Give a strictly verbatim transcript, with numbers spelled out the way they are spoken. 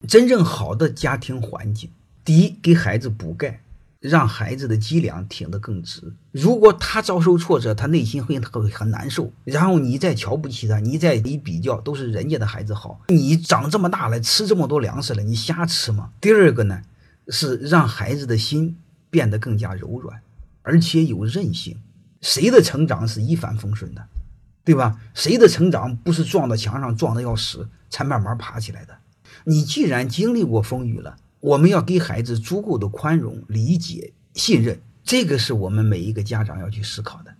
真正好的家庭环境，第一，给孩子补钙，让孩子的脊梁挺得更直。如果他遭受挫折，他内心会会很难受，然后你再瞧不起他，你再一比较，都是人家的孩子好，你长这么大了，吃这么多粮食了，你瞎吃吗？第二个呢，是让孩子的心变得更加柔软，而且有韧性。谁的成长是一帆风顺的，对吧？谁的成长不是撞到墙上撞得要死才慢慢爬起来的？你既然经历过风雨了，我们要给孩子足够的宽容、理解、信任，这个是我们每一个家长要去思考的。